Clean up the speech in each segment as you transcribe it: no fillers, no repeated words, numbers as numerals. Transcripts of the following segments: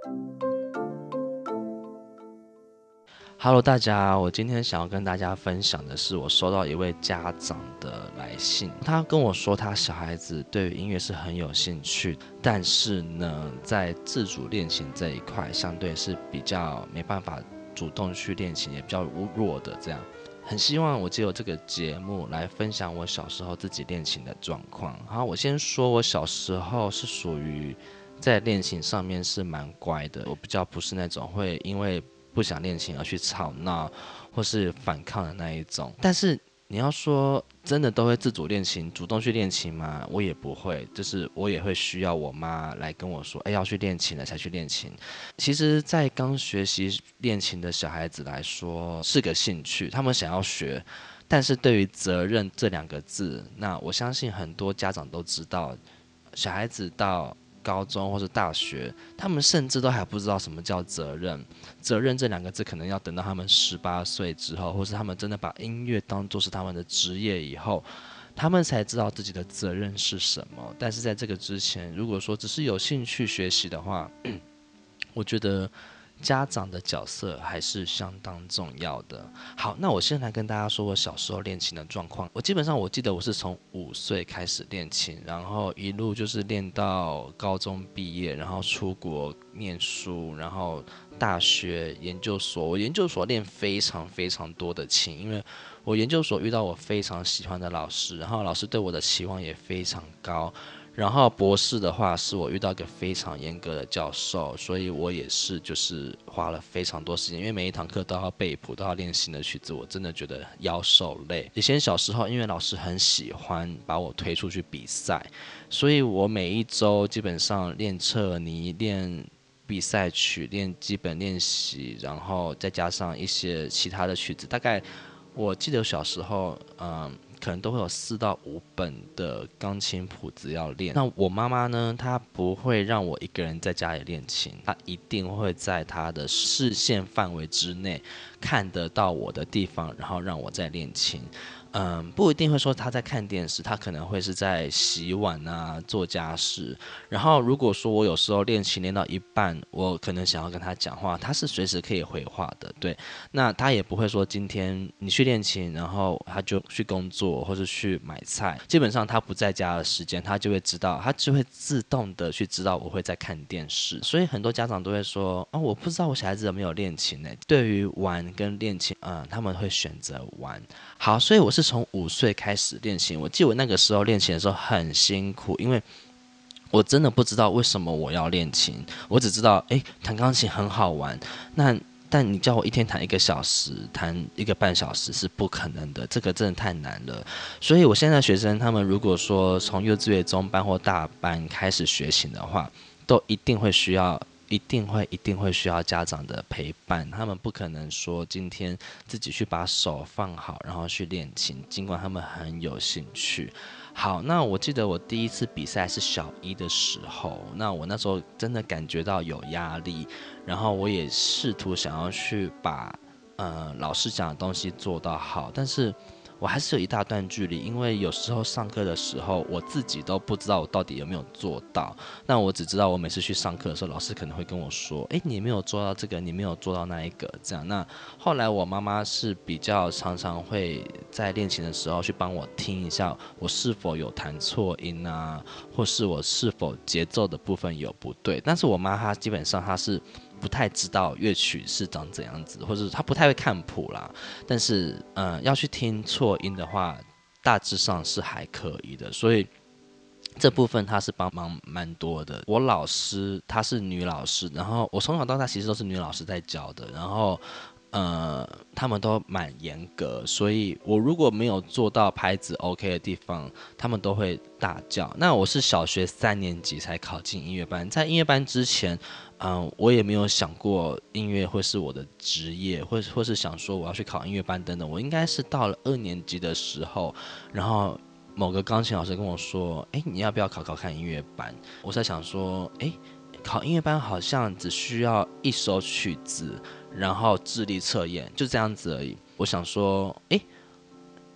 Hello，大家，我今天想要跟大家分享的是，我收到一位家长的来信，他跟我说，他小孩子对于音乐是很有兴趣，但是呢，在自主练琴这一块，相对是比较没办法主动去练琴，也比较弱的这样。很希望我借由这个节目来分享我小时候自己练琴的状况。好，我先说我小时候是属于在练琴上面是蛮乖的，我比较不是那种会因为不想练琴而去吵闹或是反抗的那一种。但是你要说真的都会自主练琴、主动去练琴吗？我也不会，就是我也会需要我妈来跟我说，哎，要去练琴了才去练琴。其实，在刚学习练琴的小孩子来说，是个兴趣，他们想要学。但是对于责任这两个字，那我相信很多家长都知道，小孩子到高中或是大学，他们甚至都还不知道什么叫责任。责任这两个字，可能要等到他们18岁之后，或是他们真的把音乐当作是他们的职业以后，他们才知道自己的责任是什么。但是在这个之前，如果说只是有兴趣学习的话，我觉得家长的角色还是相当重要的。好，那我先来跟大家说我小时候练琴的状况。基本上我记得我是从5岁开始练琴，然后一路就是练到高中毕业，然后出国念书，然后大学研究所。我研究所练非常非常多的琴，因为我研究所遇到我非常喜欢的老师，然后老师对我的期望也非常高。然后博士的话，是我遇到一个非常严格的教授，所以我也是就是花了非常多时间，因为每一堂课都要背谱，都要练新的曲子，我真的觉得腰受累。以前小时候，因为老师很喜欢把我推出去比赛，所以我每一周基本上练彻尼、练比赛曲、练基本练习，然后再加上一些其他的曲子，大概我记得小时候，可能都会有4到5本的钢琴谱子要练。那我妈妈呢，她不会让我一个人在家里练琴，她一定会在她的视线范围之内看得到我的地方，然后让我在练琴。不一定会说他在看电视，他可能会是在洗碗啊、做家事。然后如果说我有时候练琴练到一半，我可能想要跟他讲话，他是随时可以回话的，对。那他也不会说今天你去练琴，然后他就去工作或是去买菜。基本上他不在家的时间，他就会知道，他就会自动的去知道我会在看电视。所以很多家长都会说，啊，我不知道我小孩子有没有练琴呢？对于玩跟练琴，他们会选择玩。好，所以我是从5岁开始练琴。我记得我那个时候练琴的时候很辛苦，因为我真的不知道为什么我要练琴，我只知道，弹钢琴很好玩。那但你叫我一天弹1个小时，弹1个半小时是不可能的，这个真的太难了。所以我现在学生他们如果说从幼稚园中班或大班开始学琴的话，都一定会需要。一定会需要家长的陪伴，他们不可能说今天自己去把手放好，然后去练琴，尽管他们很有兴趣。好，那我记得我第一次比赛是小一的时候，那我那时候真的感觉到有压力，然后我也试图想要去把老师讲的东西做到好，但是我还是有一大段距离，因为有时候上课的时候，我自己都不知道我到底有没有做到。那我只知道我每次去上课的时候，老师可能会跟我说：“哎，你没有做到这个，你没有做到那一个。”这样。那后来我妈妈是比较常常会在练琴的时候去帮我听一下我是否有弹错音啊，或是我是否节奏的部分有不对。但是我妈她基本上她是不太知道乐曲是长怎样子，或者她不太会看谱啦。但是要去听错音的话，大致上是还可以的。所以这部分他是帮忙蛮多的。我老师她是女老师，然后我从小到大其实都是女老师在教的，然后他们都蛮严格，所以我如果没有做到拍子 OK 的地方，他们都会大叫。那我是小学3年级才考进音乐班，在音乐班之前，我也没有想过音乐会是我的职业，或是想说我要去考音乐班等等。我应该是到了2年级的时候，然后某个钢琴老师跟我说：“哎，你要不要考考看音乐班？”我在想说：“哎，考音乐班好像只需要一首曲子，然后智力测验，就这样子而已。”我想说：“哎，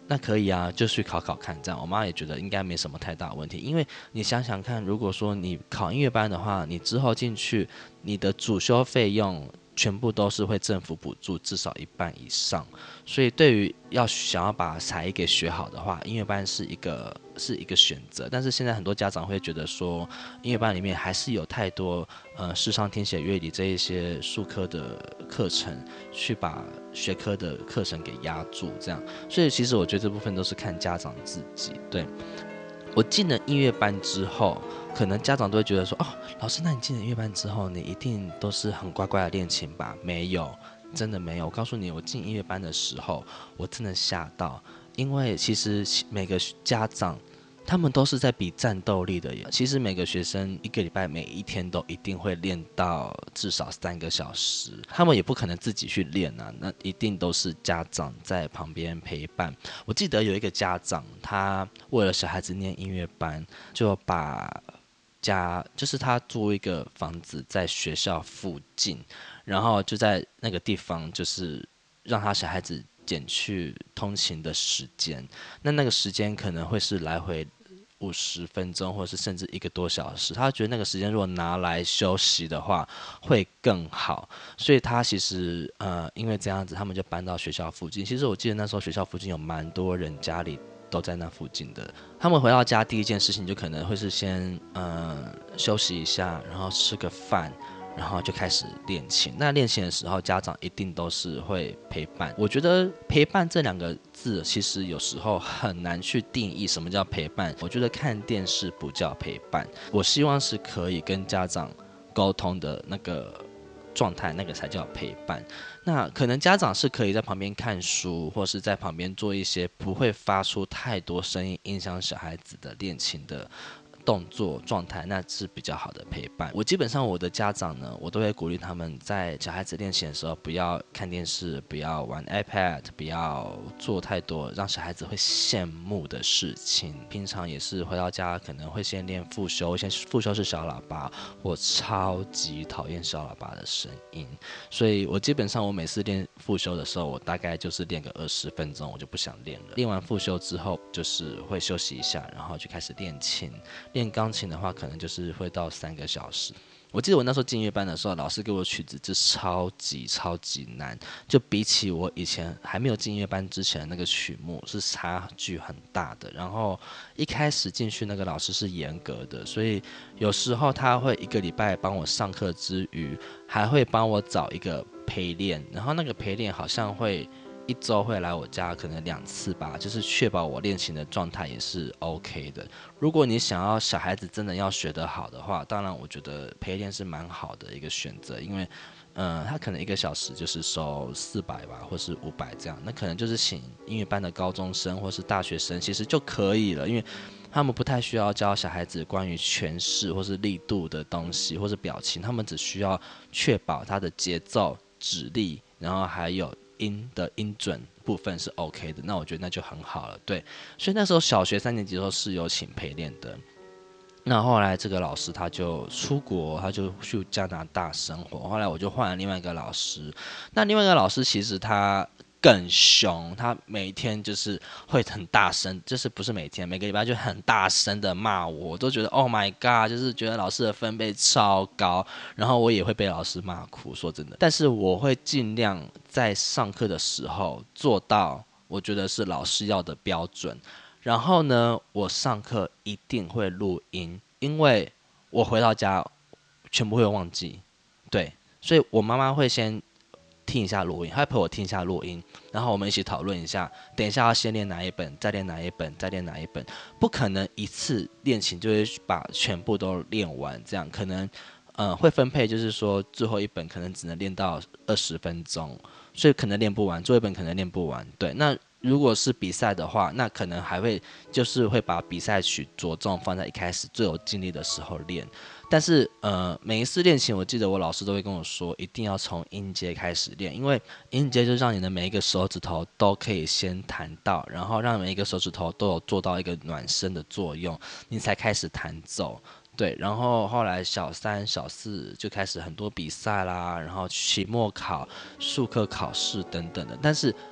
那可以啊，就去考考看，这样我妈也觉得应该没什么太大问题。因为你想想看，如果说你考音乐班的话，你之后进去，你的主修费用全部都是会政府补助，至少一半以上。所以对于想要把才艺给学好的话，音乐班是一个选择。但是现在很多家长会觉得说，音乐班里面还是有太多视唱听写乐理这一些术科的课程，去把学科的课程给压住，这样。所以其实我觉得这部分都是看家长自己。对，我进了音乐班之后，可能家长都会觉得说，哦，老师，那你进了音乐班之后，你一定都是很乖乖的练琴吧？没有，真的没有。我告诉你，我进音乐班的时候，我真的吓到，因为其实每个家长他们都是在比战斗力的耶。其实每个学生一个礼拜每一天都一定会练到至少3个小时，他们也不可能自己去练啊，那一定都是家长在旁边陪伴。我记得有一个家长，他为了小孩子念音乐班，就把就是他租一个房子在学校附近，然后就在那个地方，就是让他小孩子减去通勤的时间。那个时间可能会是来回50分钟，或者是甚至1个多小时。他觉得那个时间如果拿来休息的话，会更好。所以他其实因为这样子，他们就搬到学校附近。其实我记得那时候学校附近有蛮多人家里都在那附近的。他们回到家第一件事情就可能会是先休息一下，然后吃个饭，然后就开始练琴。那练琴的时候，家长一定都是会陪伴。我觉得陪伴这2个字，其实有时候很难去定义什么叫陪伴。我觉得看电视不叫陪伴，我希望是可以跟家长沟通的那个状态，那个才叫陪伴。那可能家长是可以在旁边看书，或是在旁边做一些不会发出太多声音影响小孩子的练琴的动作状态，那是比较好的陪伴。我基本上我的家长呢，我都会鼓励他们在小孩子练琴的时候，不要看电视，不要玩 iPad， 不要做太多让小孩子会羡慕的事情。平常也是回到家可能会先练复修，先复修是小喇叭，我超级讨厌小喇叭的声音，所以我基本上我每次练复修的时候，我大概就是练个20分钟，我就不想练了。练完复修之后，就是会休息一下，然后就开始练琴。练钢琴的话，可能就是会到3个小时。我记得我那时候进乐班的时候，老师给我曲子就超级超级难，就比起我以前还没有进乐班之前的那个曲目是差距很大的。然后一开始进去那个老师是严格的，所以有时候他会1个礼拜帮我上课之余，还会帮我找一个陪练，然后那个陪练好像会1周会来我家可能2次吧，就是确保我练琴的状态也是 OK 的。如果你想要小孩子真的要学得好的话，当然我觉得陪练是蛮好的一个选择，因为他可能1个小时就是收400吧，或是500这样，那可能就是请音乐班的高中生或是大学生其实就可以了，因为他们不太需要教小孩子关于诠释或是力度的东西或是表情，他们只需要确保他的节奏、指力，然后还有音的音准部分是 OK 的，那我觉得那就很好了。对，所以那时候小学3年级的时候是有请陪练的。那后来这个老师他就出国，他就去加拿大生活。后来我就换了另外一个老师。那另外一个老师其实他更凶，他每天就是会很大声，就是不是每天，每个礼拜就很大声的骂我，我都觉得 Oh my God， 就是觉得老师的分贝超高，然后我也会被老师骂哭，说真的。但是我会尽量在上课的时候做到，我觉得是老师要的标准。然后呢，我上课一定会录音，因为我回到家全部会忘记，对，所以我妈妈会先听一下录音，她会陪我听一下录音，然后我们一起讨论一下，等一下要先练哪一本，再练哪一本，再练哪一本，不可能一次练琴就会把全部都练完，这样可能会分配，就是说最后一本可能只能练到20分钟，所以可能练不完，最后一本可能练不完，对，那如果是比赛的话，那可能还会就是会把比赛曲着重放在一开始最有精力的时候练。但是每一次练琴，我记得我老师都会跟我说，一定要从音阶开始练，因为音阶就让你的每一个手指头都可以先弹到，然后让每一个手指头都有做到一个暖身的作用，你才开始弹奏。对，然后后来小3、小4就开始很多比赛啦，然后期末考、术科考试等等的，但是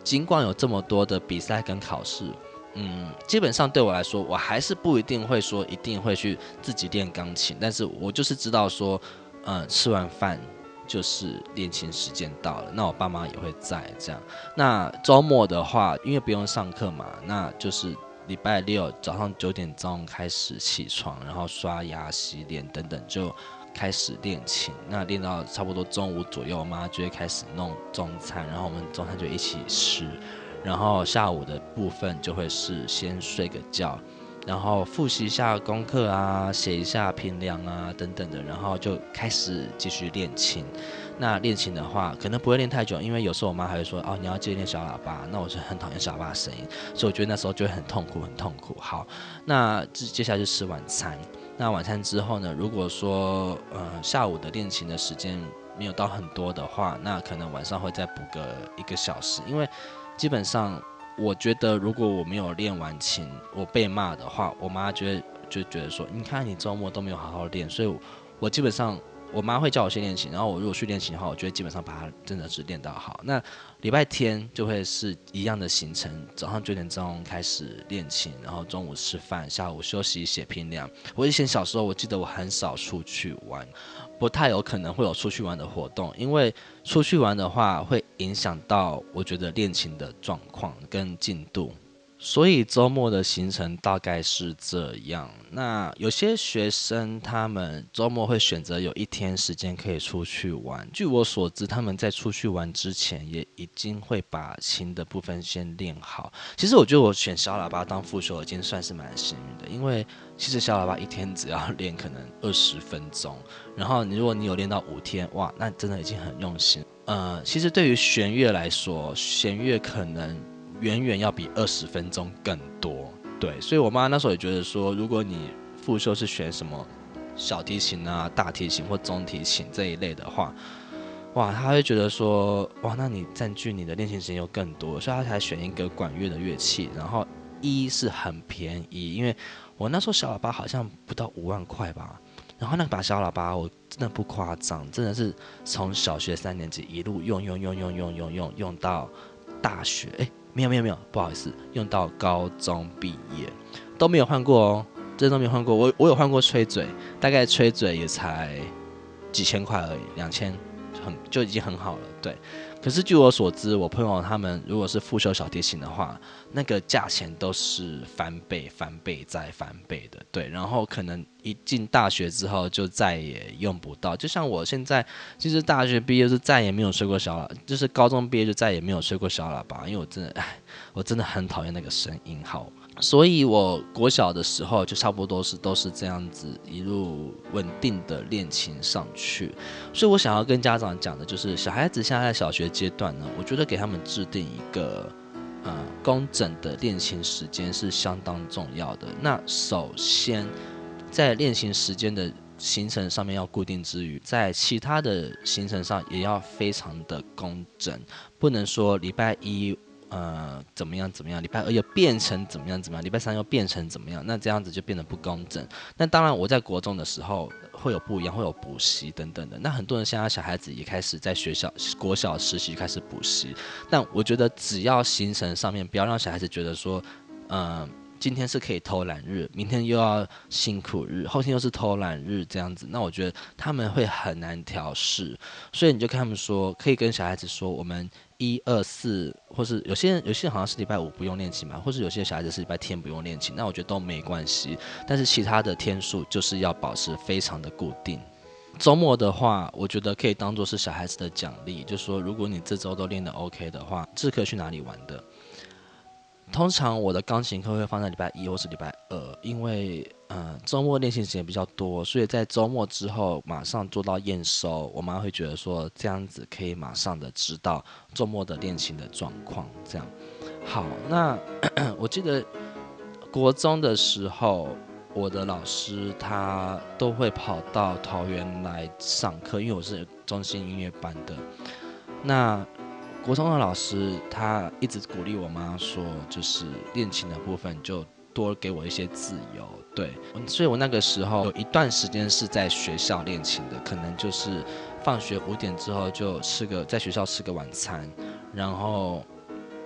尽管有这么多的比赛跟考试，基本上对我来说，我还是不一定会说一定会去自己练钢琴，但是我就是知道说，吃完饭就是练琴时间到了，那我爸妈也会在这样。那周末的话，因为不用上课嘛，那就是礼拜六早上9点钟开始起床，然后刷牙、洗脸等等就开始练琴。那练到差不多中午左右，我妈就会开始弄中餐，然后我们中餐就一起吃。然后下午的部分就会是先睡个觉，然后复习一下功课啊，写一下评量啊等等的，然后就开始继续练琴。那练琴的话，可能不会练太久，因为有时候我妈还会说，哦，你要接练小喇叭，那我就很讨厌小喇叭的声音，所以我觉得那时候就会很痛苦，很痛苦。好，那接下来就吃晚餐。那晚餐之后呢，如果说下午的练琴的时间没有到很多的话，那可能晚上会再补个1个小时，因为基本上我觉得如果我没有练完琴，我被骂的话，我妈就觉得说，你看你周末都没有好好练，所以我基本上我妈会叫我先练琴，然后我如果去练琴的话，我就会基本上把它真的是练到好。那礼拜天就会是一样的行程，早上9点钟开始练琴，然后中午吃饭，下午休息写评量。我以前小时候我记得我很少出去玩，不太有可能会有出去玩的活动，因为出去玩的话会影响到我觉得练琴的状况跟进度。所以周末的行程大概是这样。那有些学生他们周末会选择有1天时间可以出去玩。据我所知，他们在出去玩之前也已经会把琴的部分先练好。其实我觉得我选小喇叭当副修已经算是蛮幸运的，因为其实小喇叭1天只要练可能20分钟，然后如果你有练到5天，哇，那真的已经很用心。其实对于弦乐来说，弦乐可能远远要比20分钟更多，对，所以我妈那时候也觉得说，如果你副修是选什么小提琴啊、大提琴或中提琴这一类的话，哇，她会觉得说，哇，那你占据你的练琴时间又更多，所以她才选一个管乐的乐器，然后是很便宜，因为我那时候小喇叭好像不到5万块吧，然后那把小喇叭我真的不夸张，真的是从小学3年级一路用到大学，没有，不好意思，用到高中毕业都没有换过哦，真的都没有换过。我有换过吹嘴，大概吹嘴也才几千块而已，2000就已经很好了，对。可是据我所知，我朋友他们如果是复修小提琴的话，那个价钱都是翻倍再翻倍的，对。然后可能一进大学之后就再也用不到，就像我现在其实大学毕业是再也没有吹过小喇，就是高中毕业就再也没有吹过小喇叭，因为我真的很讨厌那个声音，好。所以我国小的时候就差不多都是这样子一路稳定的练琴上去，所以我想要跟家长讲的就是，小孩子现在在小学阶段呢，我觉得给他们制定一个工整的练琴时间是相当重要的。那首先在练琴时间的行程上面要固定之余，在其他的行程上也要非常的工整，不能说礼拜一怎么样，礼拜2又变成怎么样，礼拜3又变成怎么样，那这样子就变得不公正。那当然，我在国中的时候会有不一样，会有补习等等的。那很多人现在小孩子也开始在国小实习开始补习，但我觉得只要行程上面不要让小孩子觉得说，今天是可以偷懒日，明天又要辛苦日，后天又是偷懒日这样子，那我觉得他们会很难调试。所以你就跟他们说，可以跟小孩子说，我们1、2、4，或是有些人好像是礼拜5不用练琴嘛，或是有些小孩子是礼拜天不用练琴，那我觉得都没关系。但是其他的天数就是要保持非常的固定。周末的话，我觉得可以当做是小孩子的奖励，就是说如果你这周都练得 OK 的话，是可以去哪里玩的。通常我的钢琴课会放在礼拜1或是礼拜2，因为周末练习时间比较多，所以在周末之后马上做到验收，我妈会觉得说这样子可以马上的知道周末的练琴的状况。这样好，那我记得国中的时候，我的老师他都会跑到桃园来上课，因为我是中心音乐班的。那国中的老师他一直鼓励我妈说，就是练琴的部分就多给我一些自由，对，所以我那个时候有一段时间是在学校练琴的，可能就是放学5点之后就在学校吃个晚餐，然后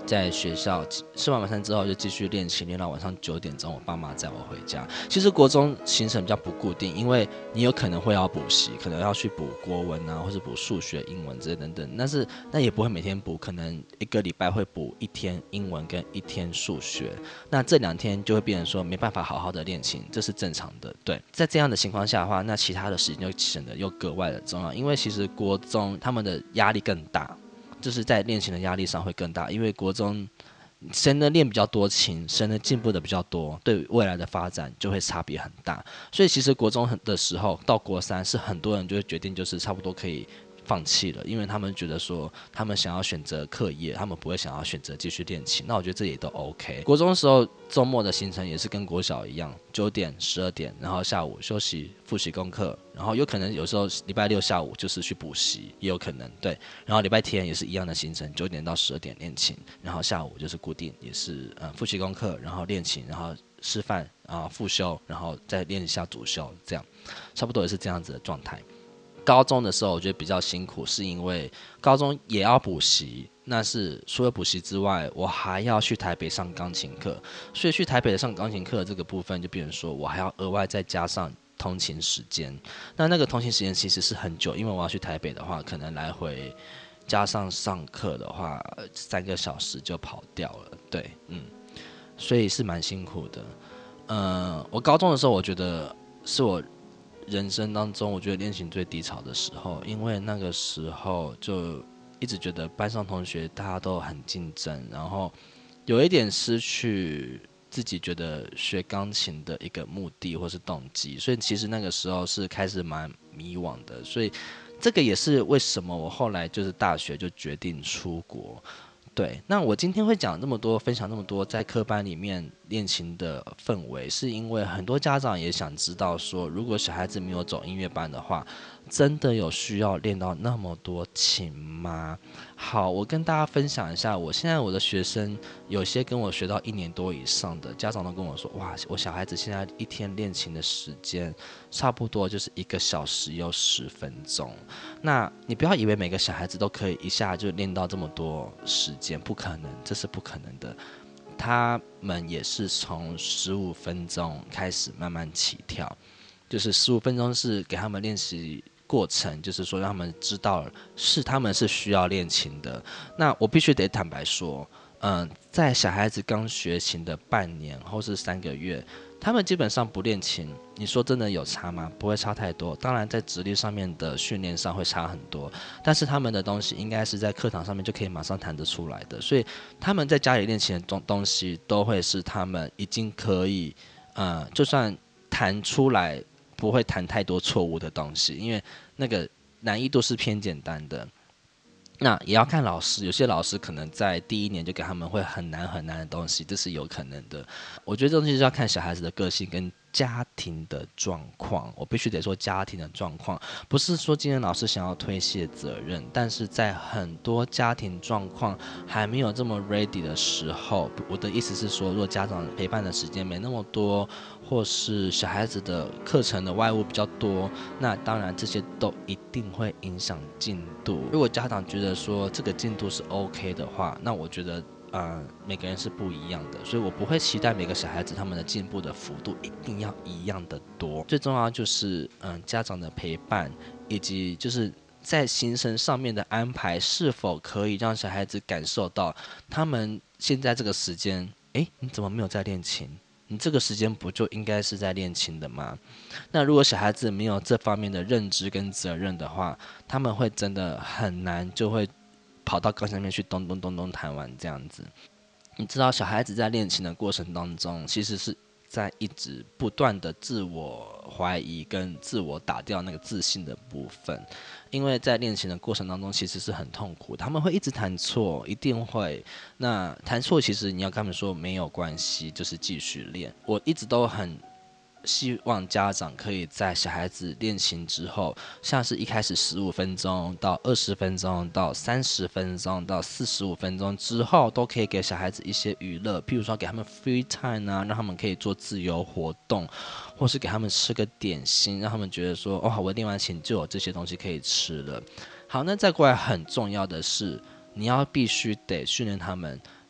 在学校吃完晚餐之后就继续练琴，练到晚上9点钟，我爸妈载我回家。其实国中行程比较不固定，因为你有可能会要补习，可能要去补国文啊，或是补数学、英文之类等等。但是那也不会每天补，可能一个礼拜会补1天英文跟1天数学。那这2天就会变成说没办法好好的练琴，这是正常的。对，在这样的情况下的话，那其他的时间就显得又格外的重要，因为其实国中他们的压力更大。就是在练琴的压力上会更大，因为国中谁能练比较多琴，谁能进步的比较多，对未来的发展就会差别很大。所以其实国中的时候到国3，是很多人就会决定就是差不多可以放弃了，因为他们觉得说他们想要选择课业，他们不会想要选择继续练琴。那我觉得这也都 OK。国中的时候周末的行程也是跟国小一样，9点、12点，然后下午休息复习功课，然后有可能有时候礼拜6下午就是去补习，也有可能对。然后礼拜天也是一样的行程，9点到12点练琴，然后下午就是固定也是复习功课，然后练琴，然后吃饭复修，然后再练一下主修，这样差不多也是这样子的状态。高中的时候我觉得比较辛苦，是因为高中也要补习，那是除了补习之外，我还要去台北上钢琴课，所以去台北上钢琴课这个部分就变成说我还要额外再加上通勤时间。那个通勤时间其实是很久，因为我要去台北的话，可能来回加上上课的话，3个小时就跑掉了。对，所以是蛮辛苦的。我高中的时候，我觉得是我人生当中我觉得练琴最低潮的时候，因为那个时候就一直觉得班上同学大家都很竞争，然后有一点失去自己觉得学钢琴的一个目的或是动机，所以其实那个时候是开始蛮迷惘的。所以这个也是为什么我后来就是大学就决定出国。对，那我今天会讲那么多，分享那么多在科班里面练琴的氛围，是因为很多家长也想知道说，如果小孩子没有走音乐班的话，真的有需要练到那么多琴吗？好，我跟大家分享一下，我的学生有些跟我学到1年多以上的家长都跟我说，哇，我小孩子现在一天练琴的时间差不多就是1个小时又10分钟。那你不要以为每个小孩子都可以一下就练到这么多时间，不可能，这是不可能的。他们也是从15分钟开始慢慢起跳，就是15分钟是给他们练习过程，就是说让他们知道他们是需要练琴的。那我必须得坦白说，在小孩子刚学琴的半年或是3个月，他们基本上不练琴，你说真的有差吗？不会差太多。当然在直立上面的训练上会差很多，但是他们的东西应该是在课堂上面就可以马上弹得出来的，所以他们在家里练琴的东西都会是他们已经可以就算弹出来不会弹太多错误的东西，因为那个难易度是偏简单的。那也要看老师，有些老师可能在第1年就给他们会很难很难的东西，这是有可能的。我觉得这东西是要看小孩子的个性跟家庭的状况，我必须得说家庭的状况，不是说今天老师想要推卸责任，但是在很多家庭状况还没有这么 ready 的时候，我的意思是说，如果家长陪伴的时间没那么多，或是小孩子的课程的外务比较多，那当然这些都一定会影响进度。如果家长觉得说这个进度是 OK 的话，那我觉得每个人是不一样的，所以我不会期待每个小孩子他们的进步的幅度一定要一样的多。最重要就是家长的陪伴，以及就是在行程上面的安排是否可以让小孩子感受到他们现在这个时间，你怎么没有在练琴？你这个时间不就应该是在练琴的吗？那如果小孩子没有这方面的认知跟责任的话，他们会真的很难就会跑到钢琴上面去咚咚咚咚弹完这样子。你知道小孩子在练琴的过程当中，其实是在一直不断的自我怀疑跟自我打掉那个自信的部分，因为在练琴的过程当中其实是很痛苦，他们会一直弹错，一定会。那弹错其实你要跟他们说没有关系，就是继续练。我一直都很希望家长可以在小孩子练琴之后，像是一开始15分钟到20分钟到30分钟到45分钟之后，都可以给小孩子一些娱乐，譬如说给他们 free time 让他们可以做自由活动，或是给他们吃个点心，让他们觉得说我练完琴就有这些东西可以吃了。好，那再过来很重要的是，你要必须得训练他们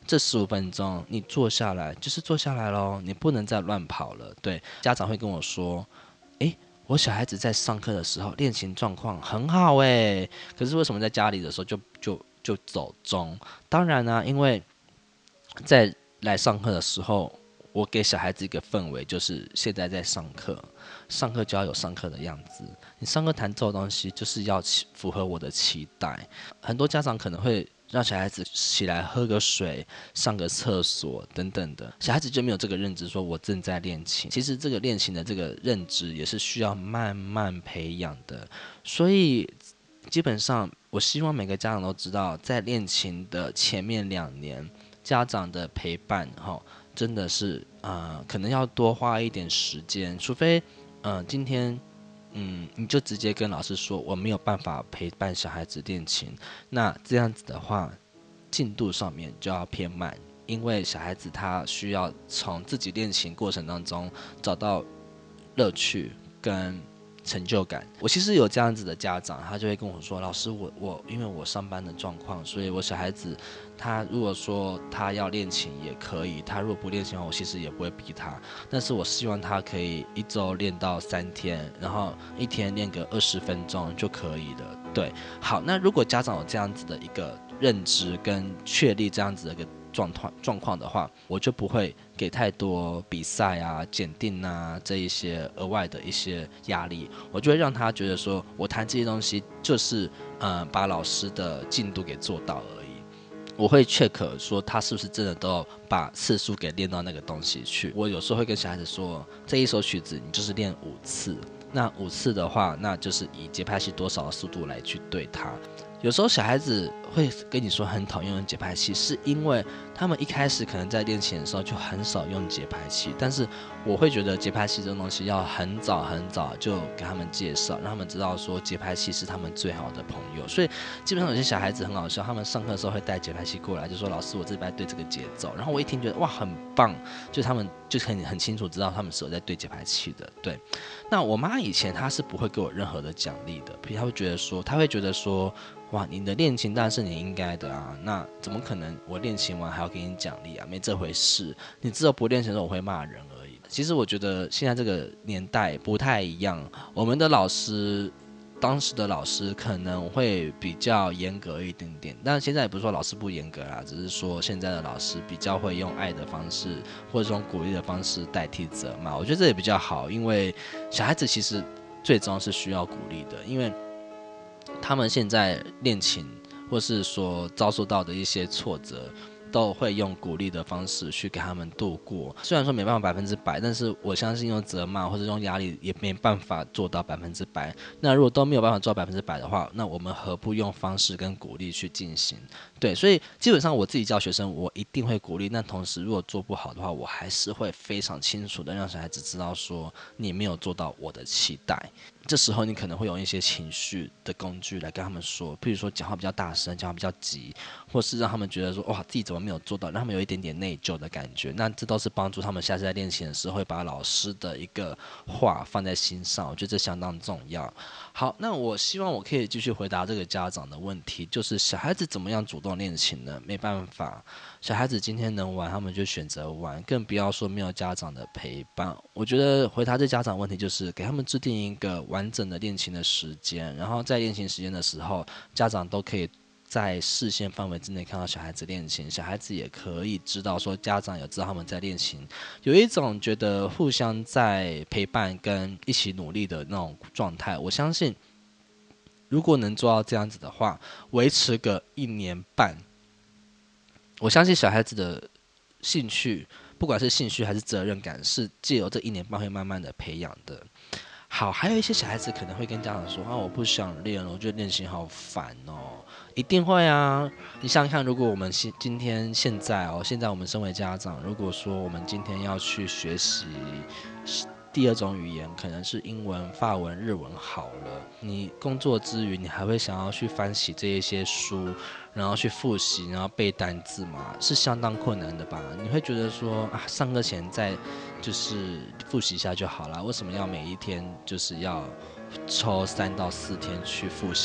这15分钟你坐下来就是坐下来咯，你不能再乱跑了。对，家长会跟我说，我小孩子在上课的时候练琴状况很好可是为什么在家里的时候就走钟？当然啊，因为在来上课的时候，我给小孩子一个氛围，就是现在在上课，上课就要有上课的样子。你上课弹奏的东西，就是要符合我的期待。很多家长可能会让小孩子起来喝个水、上个厕所等等的，小孩子就没有这个认知，说我正在练琴。其实这个练琴的这个认知也是需要慢慢培养的，所以基本上我希望每个家长都知道，在练琴的前面2年，家长的陪伴真的是可能要多花一点时间，除非今天你就直接跟老师说我没有办法陪伴小孩子练琴，那这样子的话进度上面就要偏慢，因为小孩子他需要从自己练琴过程当中找到乐趣跟成就感。我其实有这样子的家长，他就会跟我说，老师我因为我上班的状况，所以我小孩子他如果说他要练琴也可以，他如果不练琴的话，我其实也不会逼他，但是我希望他可以1周练到3天，然后1天练个20分钟就可以了。对，好，那如果家长有这样子的一个认知跟确立这样子的一个状况的话，我就不会给太多比赛啊、检定啊这一些额外的一些压力，我就会让他觉得说，我弹这些东西就是把老师的进度给做到而已。我会 check 说他是不是真的都有把次数给练到那个东西去。我有时候会跟小孩子说，这一首曲子你就是练5次，那5次的话，那就是以节拍器多少的速度来去对它。有时候小孩子会跟你说很讨厌用节拍器，是因为他们一开始可能在练琴的时候就很少用节拍器，但是我会觉得节拍器这种东西要很早就给他们介绍，让他们知道说节拍器是他们最好的朋友。所以基本上有些小孩子很好笑，他们上课的时候会带节拍器过来，就说老师我这礼拜对这个节奏，然后我一听觉得哇很棒，就他们就很清楚知道他们是有在对节拍器的。对，那我妈以前她是不会给我任何的奖励的，比如她会觉得说哇，你的练琴当然是你应该的啊，那怎么可能我练琴完还要给你奖励啊？没这回事，你只有不练琴的时候我会骂人而已。其实我觉得现在这个年代不太一样，我们的老师，当时的老师可能会比较严格一点点，但现在也不是说老师不严格啦，只是说现在的老师比较会用爱的方式或者用鼓励的方式代替责骂，我觉得这也比较好，因为小孩子其实最终是需要鼓励的，因为他们现在练琴，或是说遭受到的一些挫折，都会用鼓励的方式去给他们度过。虽然说没办法100%，但是我相信用责骂或者用压力也没办法做到100%。那如果都没有办法做到100%的话，那我们何不用方式跟鼓励去进行？对，所以基本上我自己教学生，我一定会鼓励。但同时，如果做不好的话，我还是会非常清楚的让小孩子知道说你没有做到我的期待。这时候你可能会用一些情绪的工具来跟他们说，譬如说讲话比较大声，讲话比较急，或是让他们觉得说哇自己怎么没有做到，让他们有一点点内疚的感觉。那这都是帮助他们下次在练琴的时候会把老师的一个话放在心上，我觉得这相当重要。好，那我希望我可以继续回答这个家长的问题，就是小孩子怎么样主动练琴呢？没办法，小孩子今天能玩，他们就选择玩，更不要说没有家长的陪伴。我觉得回答这家长问题就是给他们制定一个完整的练琴的时间，然后在练琴时间的时候，家长都可以在视线范围之内看到小孩子练琴，小孩子也可以知道说家长有知道他们在练琴，有一种觉得互相在陪伴跟一起努力的那种状态。我相信如果能做到这样子的话，维持个1年半，我相信小孩子的兴趣，不管是兴趣还是责任感，是借由这1年半会慢慢的培养的。好，还有一些小孩子可能会跟家长说我不想练了，我觉得练琴好烦哦。一定会啊！你想想看，如果我们现在我们身为家长，如果说我们今天要去学习第2种语言，可能是英文、法文、日文好了，你工作之余，你还会想要去翻洗这一些书，然后去复习，然后背单字嘛，是相当困难的吧？你会觉得说上课前再就是复习一下就好了，为什么要每一天就是要抽3到4天去复习呢？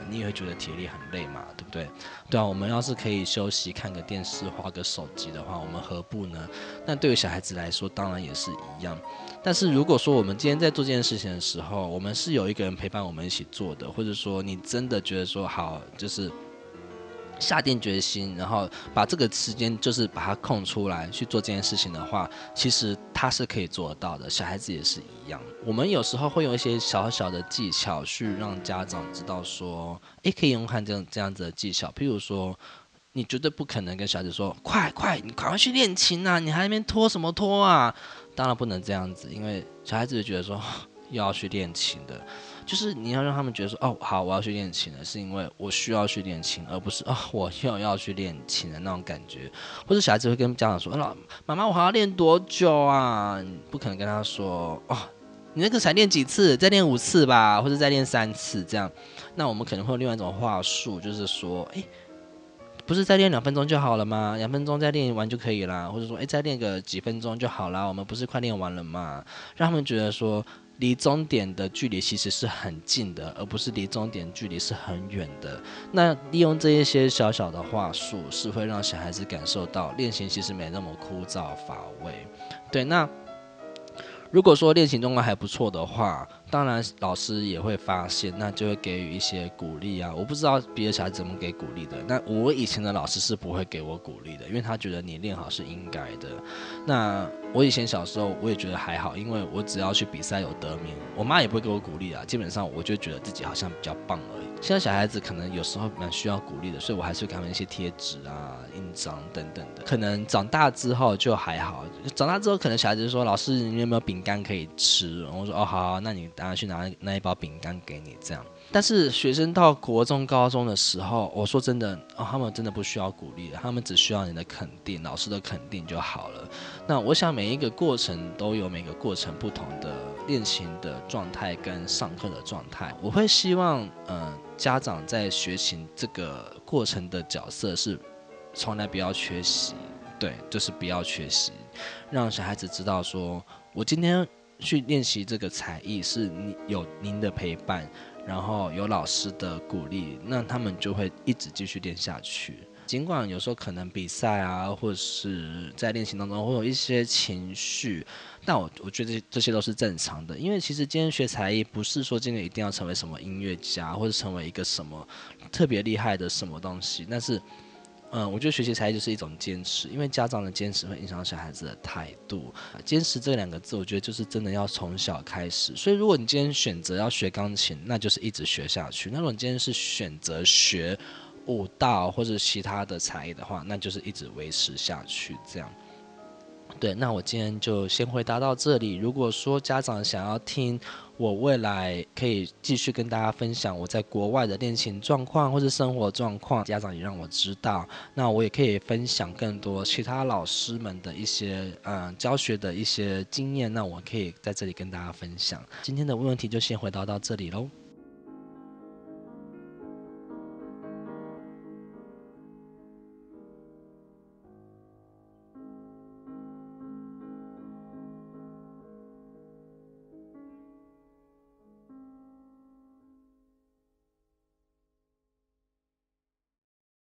你也会觉得体力很累嘛，对不对？对啊，我们要是可以休息看个电视滑个手机的话，我们何不呢？那对于小孩子来说当然也是一样。但是如果说我们今天在做这件事情的时候，我们是有一个人陪伴我们一起做的，或者说你真的觉得说好，就是下定决心，然后把这个时间就是把它空出来去做这件事情的话，其实他是可以做得到的，小孩子也是一样。我们有时候会用一些小小的技巧去让家长知道说，可以用看这样子的技巧，譬如说。你绝对不可能跟小孩子说，快，你赶快去练琴啊！你还在那边拖什么拖啊？当然不能这样子，因为小孩子就觉得说又要去练琴的，就是你要让他们觉得说，哦，好，我要去练琴了，是因为我需要去练琴，而不是我又要去练琴的那种感觉。或者小孩子会跟家长说，妈妈，我还要练多久啊？你不可能跟他说，你那个才练几次，再练5次吧，或者再练3次这样。那我们可能会有另外一种话术，就是说，不是再练2分钟就好了吗？2分钟再练完就可以啦，或者说，再练个几分钟就好啦，我们不是快练完了吗？让他们觉得说，离终点的距离其实是很近的，而不是离终点距离是很远的。那利用这一些小小的话术，是会让小孩子感受到练琴其实没那么枯燥乏味。对，那如果说练琴状况还不错的话，当然老师也会发现，那就会给予一些鼓励啊。我不知道别的小孩子怎么给鼓励的，那我以前的老师是不会给我鼓励的，因为他觉得你练好是应该的。那我以前小时候我也觉得还好，因为我只要去比赛有得名，我妈也不会给我鼓励啊。基本上我就觉得自己好像比较棒而已。现在小孩子可能有时候蛮需要鼓励的，所以我还是会给他们一些贴纸啊、印章等等的。可能长大之后就还好，长大之后可能小孩子就说：“老师，你有没有饼干可以吃？”我说：“好，那你当然去拿那一包饼干给你这样。”但是学生到国中、高中的时候，我说真的，他们真的不需要鼓励，他们只需要你的肯定，老师的肯定就好了。那我想每一个过程都有每个过程不同的练琴的状态跟上课的状态。我会希望，家长在学琴这个过程的角色是从来不要缺席，对，就是不要缺席，让小孩子知道说，我今天去练习这个才艺是有您的陪伴，然后有老师的鼓励，那他们就会一直继续练下去。尽管有时候可能比赛啊，或者是在练习当中会有一些情绪，但我觉得这些都是正常的。因为其实今天学才艺不是说今天一定要成为什么音乐家，或者成为一个什么特别厉害的什么东西，但是我觉得学习才艺就是一种坚持，因为家长的坚持会影响小孩子的态度。坚持这2个字，我觉得就是真的要从小开始。所以如果你今天选择要学钢琴，那就是一直学下去；那如果你今天是选择学舞蹈或者其他的才艺的话，那就是一直维持下去这样。对，那我今天就先回答到这里。如果说家长想要听我未来可以继续跟大家分享我在国外的练琴状况或是生活状况，家长也让我知道，那我也可以分享更多其他老师们的一些教学的一些经验，那我可以在这里跟大家分享。今天的问题就先回答到这里咯。